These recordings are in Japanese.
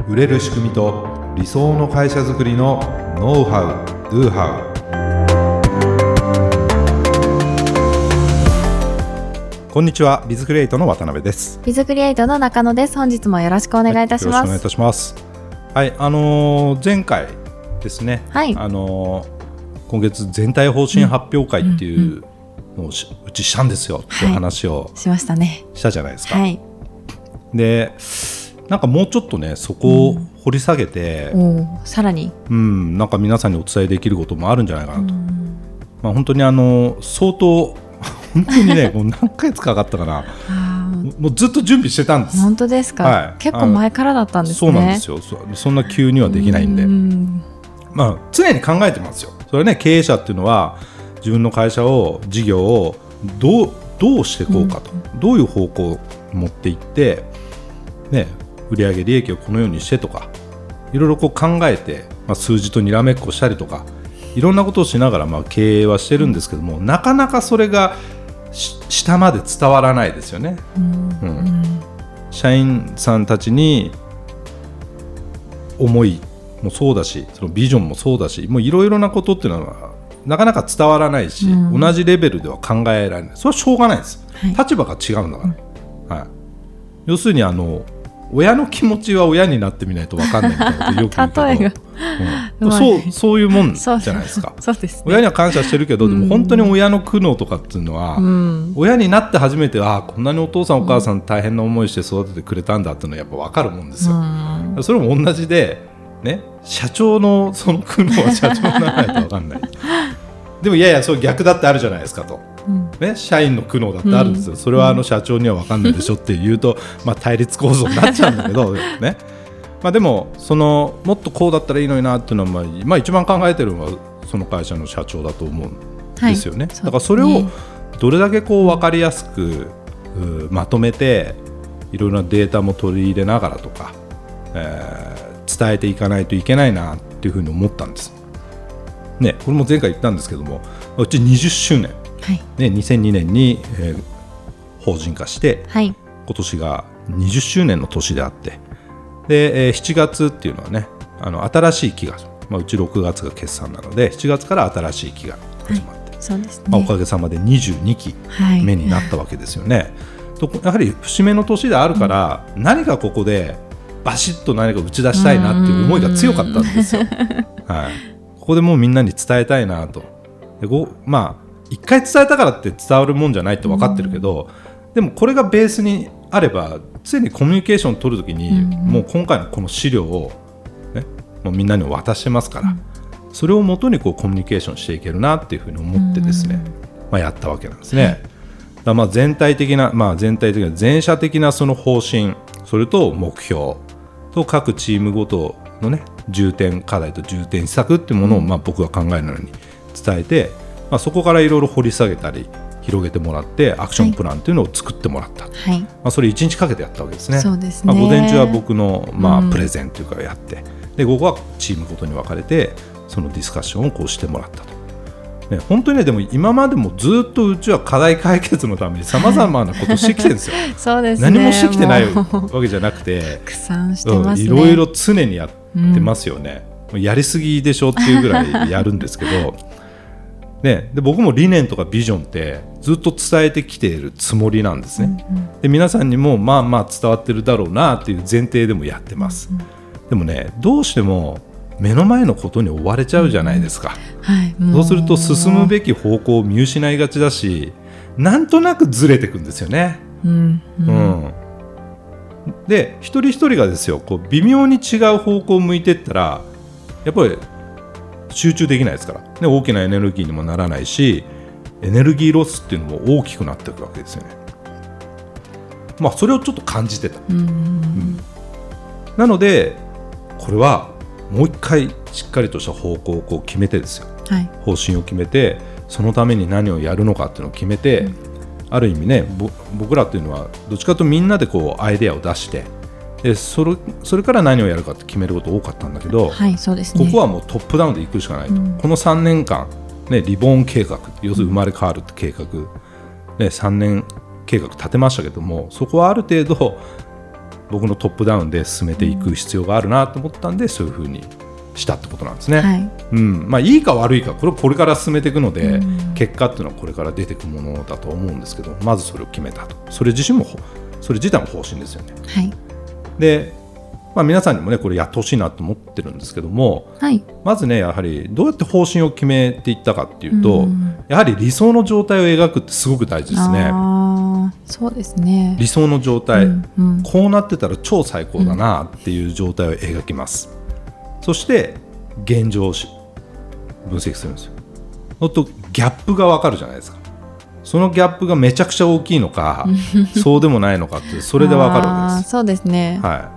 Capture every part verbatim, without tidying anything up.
売れる仕組みと理想の会社づくりのノウハウ・ドゥハウ。こんにちは、ビズクリエイトの渡辺です。 ビズクリエイトの中野です。本日もよろしくお願いいたします。 はい、よろしくお願いいたします。はい、あのー、前回ですね、 はい、 あのー、今月全体方針発表会っていうのをし、うんうんうん、うちしたんですよっていう話を、 はい、しましたね。 したじゃないですか。 はい、でなんかもうちょっとねそこを掘り下げて、 うん、おさらに、 うん、なんか皆さんにお伝えできることもあるんじゃないかなと、 うん、 まあ、本当にあの相当本当にねもう何ヶ月かかったかなもうずっと準備してたんです。 本当ですか、はい、結構前からだったんですね。 そうなんですよ。 そ, そんな急にはできないんで、うん、まあ、常に考えてますよ。それはね、経営者っていうのは自分の会社を事業をどう、どうしていこうかと、うん、どういう方向を持っていってね、売上利益をこのようにしてとかいろいろこう考えて、まあ、数字とにらめっこしたりとかいろんなことをしながらまあ経営はしてるんですけども、なかなかそれが下まで伝わらないですよね、うんうん、社員さんたちに思いもそうだし、そのビジョンもそうだし、もういろいろなことっていうのはなかなか伝わらないし、うん、同じレベルでは考えられない。それはしょうがないです、はい、立場が違うんだから、うん、はい、要するにあの親の気持ちは親になってみないと分かんないみたいなことよく言うけどうん、そう、そういうもんじゃないですか。 そうですね、 親には感謝してるけど、うん、でも本当に親の苦悩とかっていうのは、うん、親になって初めてあこんなにお父さんお母さん大変な思いして育ててくれたんだっていうのはやっぱ分かるもんですよ、うん、それも同じで、ね、社長のその苦悩は社長にならないと分かんないでもいやいやそれ逆だってあるじゃないですかと、うんね、社員の苦悩だってあるんですよ、うん、それはあの社長には分かんないでしょって言うと、まあ、対立構造になっちゃうんだけど、ね、まあ、でもそのもっとこうだったらいいのになっていうのは、まあまあ、一番考えてるのはその会社の社長だと思うんですよね、はい、だからそれをどれだけこう分かりやすくまとめていろいろなデータも取り入れながらとか、えー、伝えていかないといけないなっていうふうに思ったんです、ね、これも前回言ったんですけども、うちにじゅっしゅうねん、はいね、にせんにねんに、えー、法人化して、はい、今年がにじゅっしゅうねんの年であって、で、えー、しちがつっていうのはね、あの新しい期が、まあ、うちろくがつが決算なのでしちがつから新しい期が始まって、はい、そうですね、まあ、おかげさまでにじゅうにきめになったわけですよね、はい、やはり節目の年であるから、うん、何かここでバシッと何か打ち出したいなっていう思いが強かったんですよ、はい、ここでもうみんなに伝えたいなと。でごまあ一回伝えたからって伝わるもんじゃないって分かってるけど、うん、でもこれがベースにあれば常にコミュニケーションを取るときに、うん、もう今回のこの資料を、ね、もうみんなに渡してますから、うん、それをもとにこうコミュニケーションしていけるなっていうふうに思ってですね、うん、まあ、やったわけなんですね、はい、だまあ全体的な、まあ、全体的な全社的なその方針、それと目標と各チームごとのね重点課題と重点施策っていうものを、まあ、僕が考えるのに伝えて、まあ、そこからいろいろ掘り下げたり広げてもらってアクションプランというのを作ってもらった、はい、まあ、それいちにちかけてやったわけですね。そうですね、まあ、午前中は僕の、まあ、プレゼンというかやって、うん、で午後はチームごとに分かれてそのディスカッションをこうしてもらったと、ね、本当にね、でも今までもずっとうちは課題解決のためにさまざまなことをしてきてるんですよそうですね、 何もしてきてないわけじゃなくて苦産してますね、 いろいろ常にやってますよね、うん、やりすぎでしょっていうぐらいやるんですけどね、で僕も理念とかビジョンってずっと伝えてきているつもりなんですね、うんうん、で皆さんにもまあまあ伝わってるだろうなっていう前提でもやってます、うんうん、でもねどうしても目の前のことに追われちゃうじゃないですか、うんはい、そうすると進むべき方向を見失いがちだし、なんとなくずれていくんですよね、うんうんうん、で一人一人がですよこう微妙に違う方向を向いていったらやっぱり集中できないですから、ね、大きなエネルギーにもならないしエネルギーロスっていうのも大きくなっていくわけですよね。まあそれをちょっと感じてた、うんうん、なのでこれはもう一回しっかりとした方向をこう決めてですよ、はい、方針を決めてそのために何をやるのかっていうのを決めて、うん、ある意味ね僕らっていうのはどっちかというとみんなでこうアイデアを出してで そ, れそれから何をやるかって決めること多かったんだけど、はい、そうですね、ここはもうトップダウンでいくしかないと、うん、このさんねんかん、ね、リボーン計画、要するに生まれ変わるって計画、ね、さんねん計画立てましたけども、そこはある程度僕のトップダウンで進めていく必要があるなと思ったんで、そういう風にしたってことなんですね、はいうんまあ、いいか悪いかこれこれから進めていくので、うん、結果っていうのはこれから出てくるものだと思うんですけど、まずそれを決めたと。それ自身もそれ自体も方針ですよね、 はい、 で、まあ、皆さんにもねこれやってほしいなと思ってるんですけども、 はい、 まずねやはりどうやって方針を決めていったかっていうと、うん、やはり理想の状態を描くってすごく大事ですね。 あそうですね、 理想の状態、 うんうん、 こうなってたら超最高だなっていう状態を描きます、うん、そして現状を分析するんですよ。そうするとギャップが分かるじゃないですか。そのギャップがめちゃくちゃ大きいのかそうでもないのかってそれで分かるわけです。 そうですね、 はい、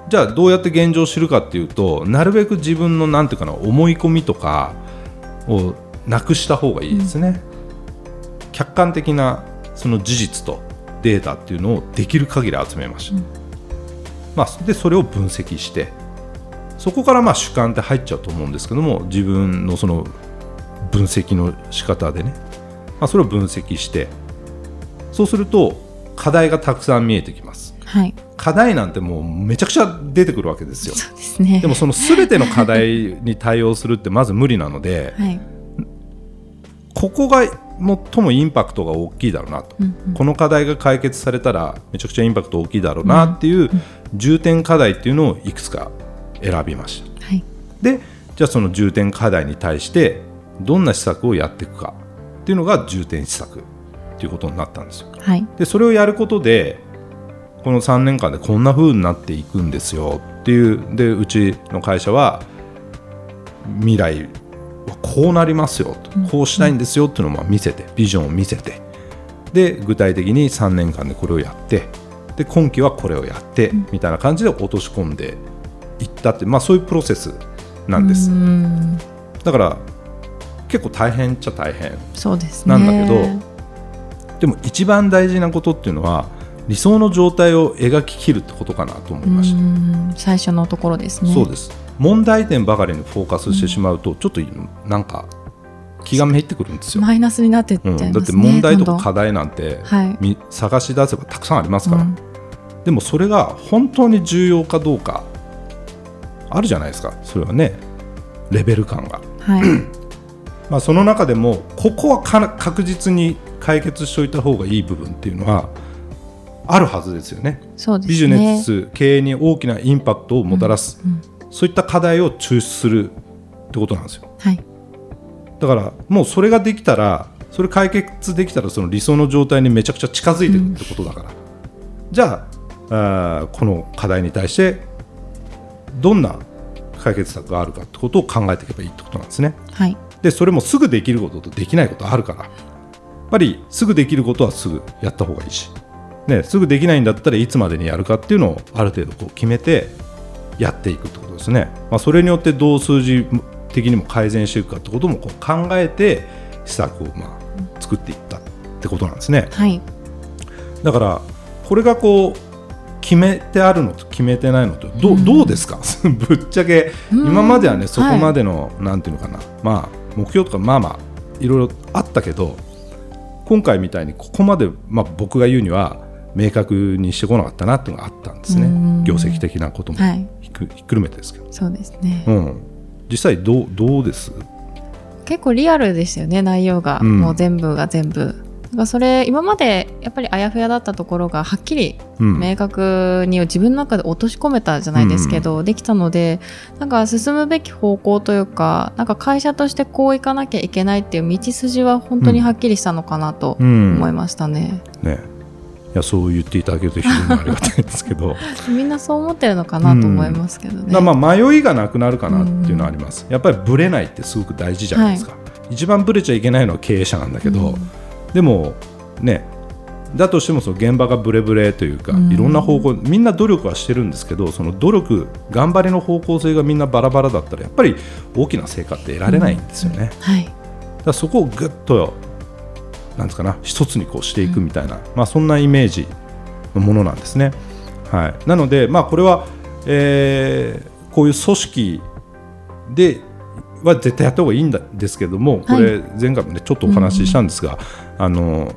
じゃあどうやって現状を知るかっていうと、なるべく自分のなんていうかな思い込みとかをなくした方がいいですね、うん、客観的なその事実とデータっていうのをできる限り集めました、うんまあ、でそれを分析して、そこからまあ主観って入っちゃうと思うんですけども、自分のその分析の仕方でね、まあ、それを分析して、そうすると課題がたくさん見えてきます、 はい、課題なんてもうめちゃくちゃ出てくるわけですよ。 そうですね、 でもその全ての課題に対応するってまず無理なので、はい、ここが最もインパクトが大きいだろうなと、うんうん、この課題が解決されたらめちゃくちゃインパクト大きいだろうなっていう重点課題っていうのをいくつか選びました、 はい、 でじゃあその重点課題に対してどんな施策をやっていくかっていうのが重点施策っていうことになったんですよ、 はい、 でそれをやることでこのさんねんかんでこんな風になっていくんですよっていう。でうちの会社は未来はこうなりますよと、うん、こうしたいんですよっていうのを見せて、ビジョンを見せて、で具体的にさんねんかんでこれをやって、で今期はこれをやって、うん、みたいな感じで落とし込んでいったって、まあ、そういうプロセスなんです。 うんだから結構大変っちゃ大変そうですねなんだけど、でも一番大事なことっていうのは理想の状態を描ききるってことかなと思いました。 うん最初のところですね。 そうです。問題点ばかりにフォーカスしてしまうと、うん、ちょっとなんか気がめいってくるんですよ。 マイナスになってっちゃいますね、うん、 だって問題とか課題なんて、はい、探し出せばたくさんありますから、うん、でもそれが本当に重要かどうかあるじゃないですか。それはねレベル感が、 はいまあその中でもここはか確実に解決しておいた方がいい部分っていうのはあるはずですよね。 そうですね。 ビジネス経営に大きなインパクトをもたらす、うんうん、そういった課題を抽出するってことなんですよ、 はい、 だからもうそれができたら、それ解決できたらその理想の状態にめちゃくちゃ近づいていくってことだから、うん、じゃあ、あこの課題に対してどんな解決策があるかってことを考えていけばいいってことなんですね、 はい、 でそれもすぐできることとできないことあるから、やっぱりすぐできることはすぐやった方がいいし、ね、すぐできないんだったらいつまでにやるかっていうのをある程度こう決めてやっていくってことですね、まあ、それによってどう数字的にも改善していくかってこともこう考えて施策をまあ作っていったってことなんですね、 はい、 だからこれがこう決めてあるのと決めてないのと ど,、うん、どうですかぶっちゃけ今まではねそこまでの、はい、なんていうのかな、まあ、目標とかまあまあいろいろあったけど、今回みたいにここまで、まあ、僕が言うには明確にしてこなかったなっていうのがあったんですね。業績的なこともひっく、はい、ひっくるめてですけど。 そうですね、 うん、実際どう、どうです？ 結構リアルですよね、内容が、うん、もう全部が全部。だからそれ今までやっぱりあやふやだったところがはっきり明確に自分の中で落とし込めたじゃないですけど、うん、できたので、なんか進むべき方向というか、なんか会社としてこういかなきゃいけないっていう道筋は本当にはっきりしたのかなと思いましたね。 うんうん、ね、いやそう言っていただけると非常にありがたいですけどみんなそう思ってるのかなと思いますけどね。 うん、まあ迷いがなくなるかなっていうのはあります。やっぱりブレないってすごく大事じゃないですか。はい、一番ブレちゃいけないのは経営者なんだけど、うん、でもね、だとしてもその現場がブレブレというか、うん、いろんな方向、みんな努力はしてるんですけど、その努力頑張りの方向性がみんなバラバラだったらやっぱり大きな成果って得られないんですよね。 うん、はい、 だからそこをぐっとなんですかな、一つにこうしていくみたいな、うん、まあ、そんなイメージのものなんですね。はい、なので、まあ、これは、えー、こういう組織では絶対やった方がいいんですけども、これ前回も、ね、ちょっとお話ししたんですが、うん、あの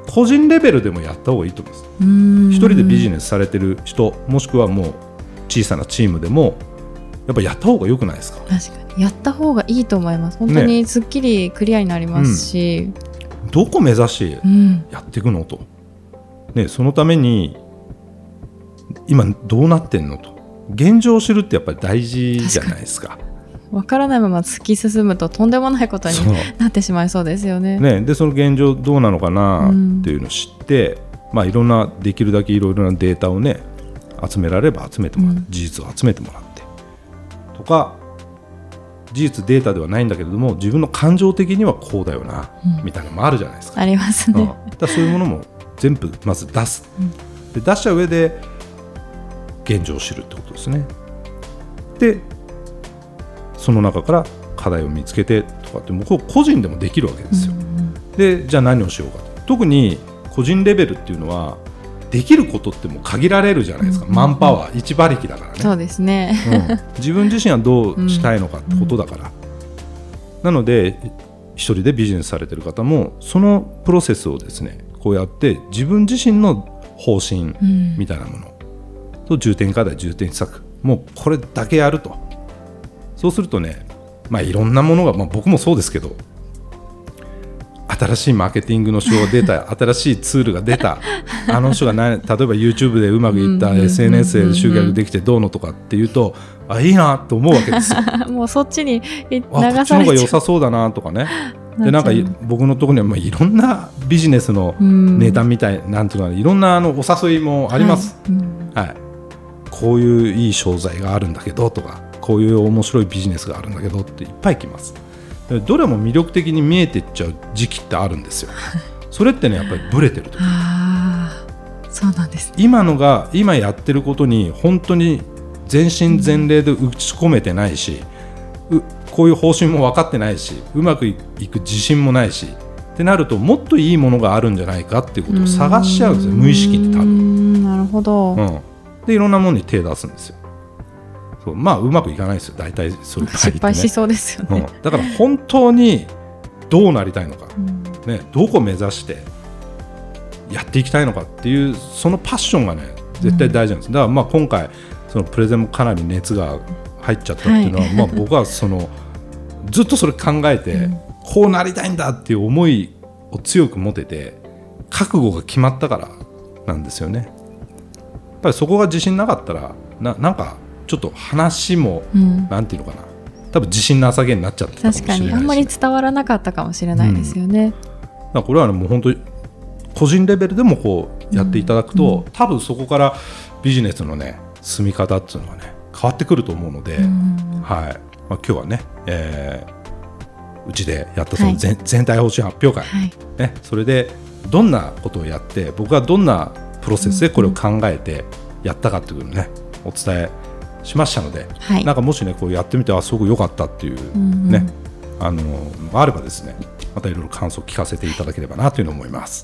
個人レベルでもやった方がいいと思います。 うーん、 一人でビジネスされてる人、もしくはもう小さなチームでもやっぱやった方が良くないですか。 確かにやった方がいいと思います。本当にすっきりクリアになりますし、 ね、うん、どこ目指してやっていくのと、ね、そのために今どうなってんのと、現状を知るってやっぱり大事じゃないですか。 分からないまま突き進むととんでもないことになってしまいそうですよね。 ね、でその現状どうなのかなっていうのを知って、うん、まあ、いろんなできるだけいろいろなデータをね集められれば集めてもらって、うん、事実を集めてもらってとか、事実データではないんだけれども自分の感情的にはこうだよな、うん、みたいなのもあるじゃないですか。 ありますね。 うん、だからそういうものも全部まず出す、うん、で出した上で現状を知るってことですね。でその中から課題を見つけてとかってもう個人でもできるわけですよ。うん、でじゃあ何をしようかと。特に個人レベルっていうのはできることってもう限られるじゃないですか。うん、マンパワーいち馬力だからね。 そうですね、 うん、自分自身はどうしたいのかってことだから、うん、なので一人でビジネスされてる方もそのプロセスをですねこうやって自分自身の方針みたいなものと重点課題重点施策もうこれだけやると。そうするとね、まあ、いろんなものが、まあ、僕もそうですけど新しいマーケティングの手法が出た新しいツールが出たあの人が何例えば YouTube でうまくいった エスエヌエス で集客できてどうのとかっていうとあいいなと思うわけですよ。 もうそっちに流されちゃう。 あこっちの方が良さそうだなとかね。でなんか僕のところにはまあいろんなビジネスのネタみたいなんていうのいろんなあのお誘いもあります。はいはい、こういういい商材があるんだけどとかこういう面白いビジネスがあるんだけどっていっぱい来ます。どれも魅力的に見えていっちゃう時期ってあるんですよ。それってねやっぱりブレてると。 あそうなんです、ね、 今のが今やってることに本当に全身全霊で打ち込めてないし、うこういう方針も分かってないしうまくいく自信もないしってなるともっといいものがあるんじゃないかっていうことを探しちゃうんですよ。無意識に多分。 なるほど、うん、 でいろんなものに手を出すんですよ。そうまあうまくいかないですよ大体そういう場合って、ね、 失敗しそうですよね、 うん、だから本当にどうなりたいのか、うんね、どこを目指してやっていきたいのかっていうそのパッションがね絶対大事なんです、うん、だからまあ今回そのプレゼンもかなり熱が入っちゃったっていうのは、はいまあ、僕はそのずっとそれ考えて、うん、こうなりたいんだっていう思いを強く持てて覚悟が決まったからなんですよね。やっぱりそこが自信なかったら な, なんかちょっと話も、うん、なんていうのかな多分自信なさげになっちゃったかもしれないし、ね、 確かにあんまり伝わらなかったかもしれないですよね、うん、だからこれは、ね、もう本当に個人レベルでもこうやっていただくと、うんうん、多分そこからビジネスのね進み方っていうのはね変わってくると思うので、うんはいまあ、今日はね、えー、うちでやったその 全,、はい、全体方針発表会、はいね、それでどんなことをやって僕はどんなプロセスでこれを考えてやったかっていうのをねお伝えしましたので、はい、なんかもしねこうやってみてあすごく良かったっていうね、うん、あのあればですねまたいろいろ感想を聞かせていただければなというのを思います。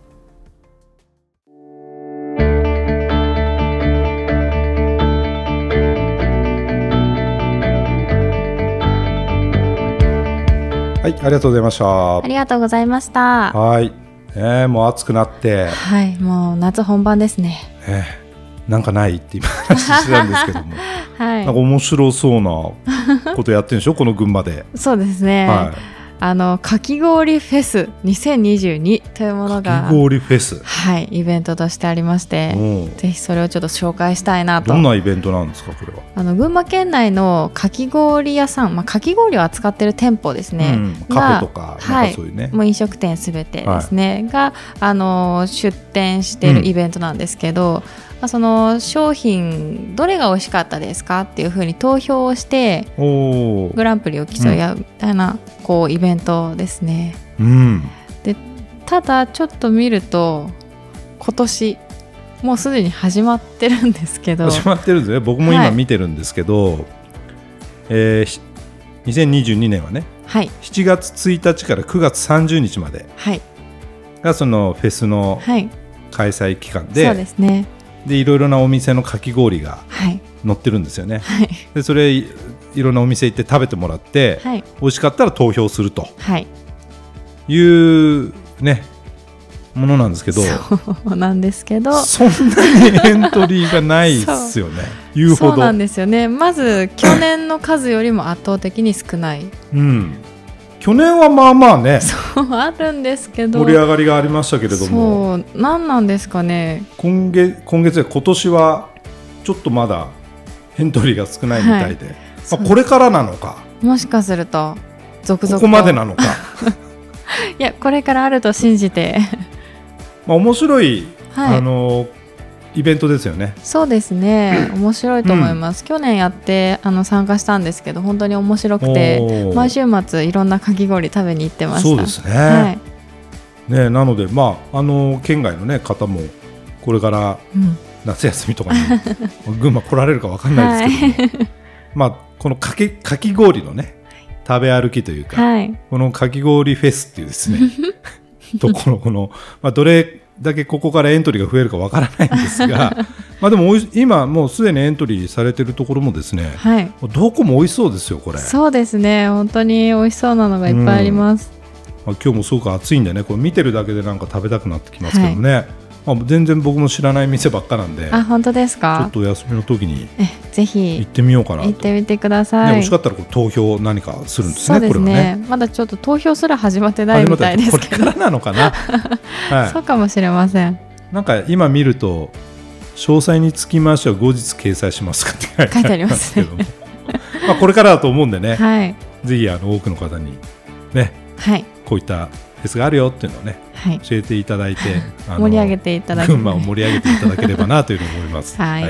はい、ありがとうございました。 ありがとうございました。 はい、えー、もう暑くなってはいもう夏本番ですね。 えーなんかないって今話してたんですけども、はい、なんか面白そうなことやってるんでしょこの群馬で。 そうですね、はい、あのかき氷フェスにせんにじゅうにというものがかき氷フェス、 はい、イベントとしてありまして、ぜひそれをちょっと紹介したいなと。 どんなイベントなんですかこれは。 あの群馬県内のかき氷屋さん、まあ、かき氷を扱っている店舗ですね、うん、 カフェとかなんかそういうね、はい、 もう飲食店すべてですね、はい、があの出店しているイベントなんですけど、うん、その商品どれが美味しかったですかっていう風に投票をしてグランプリを競い合うみたいな、うん、こうイベントですね、うん、でただちょっと見ると今年もうすでに始まってるんですけど始まってるんですね。僕も今見てるんですけど、はいえー、にせんにじゅうにねんはね、はい、しちがつついたちからくがつさんじゅうにちまでがそのフェスの開催期間で、はい、そうですね。でいろいろなお店のかき氷が載ってるんですよね、はい、でそれいろんなお店行って食べてもらって、はい、美味しかったら投票するという、ね、 ものなんですけど、 そうなんですけどそんなにエントリーがないですよね言うほど。 そうなんですよね。まず去年の数よりも圧倒的に少ない、 うん、去年はまあまあねそうあるんですけど盛り上がりがありましたけれども、 そう何なんですかね。 今月今月今年はちょっとまだエントリーが少ないみたいで、はい、まあ、これからなのか、 もしかすると続々とここまでなのかいやこれからあると信じてまあ面白い、 はい、 あのイベントですよね。 そうですね、面白いと思います、うん、去年やってあの参加したんですけど本当に面白くて毎週末いろんなかき氷食べに行ってました。 そうですね、はい、ね、なので、まあ、あの県外の、ね、方もこれから夏休みとかに、うん、群馬来られるか分かんないですけども、はい、まあ、このかき、かき氷のね食べ歩きというか、はい、このかき氷フェスっていうですねところこの、まあ、どれだけここからエントリーが増えるかわからないんですがまあでもおい今もうすでにエントリーされているところもですね、はい、どこも美味しそうですよこれ。 そうですね、本当に美味しそうなのがいっぱいあります、 うん、まあ、今日もすごく暑いんでね、これ見てるだけでなんか食べたくなってきますけどね、はい、まあ、全然僕も知らない店ばっかなんで。 あ、本当ですか。 ちょっとお休みの時にえぜひ行ってみようかなと。 行ってみてください、 ね、もしかったらこれ投票何かするんですね。 そうですね、 これはね、 まだちょっと投票すら始まってないみたいですけど、 これからなのかな、はい、 そうかもしれません。 なんか今見ると詳細につきましては後日掲載しますかって書いてありますけどもまあこれからだと思うんでね、はい、ぜひあの多くの方にね、はい、こういったフェスがあるよっていうのをね、はい、教えていただいてあの盛り上げていただけ群馬を盛り上げていただければなというふうに思います、はいはい、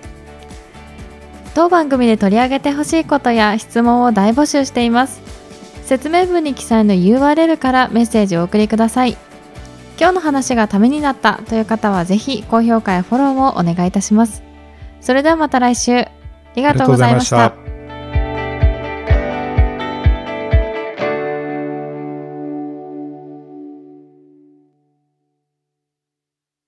当番組で取り上げてほしいことや質問を大募集しています。説明文に記載の ユーアールエル からメッセージをお送りください。今日の話がためになったという方はぜひ高評価やフォローをお願いいたします。それではまた来週。ありがとうございました。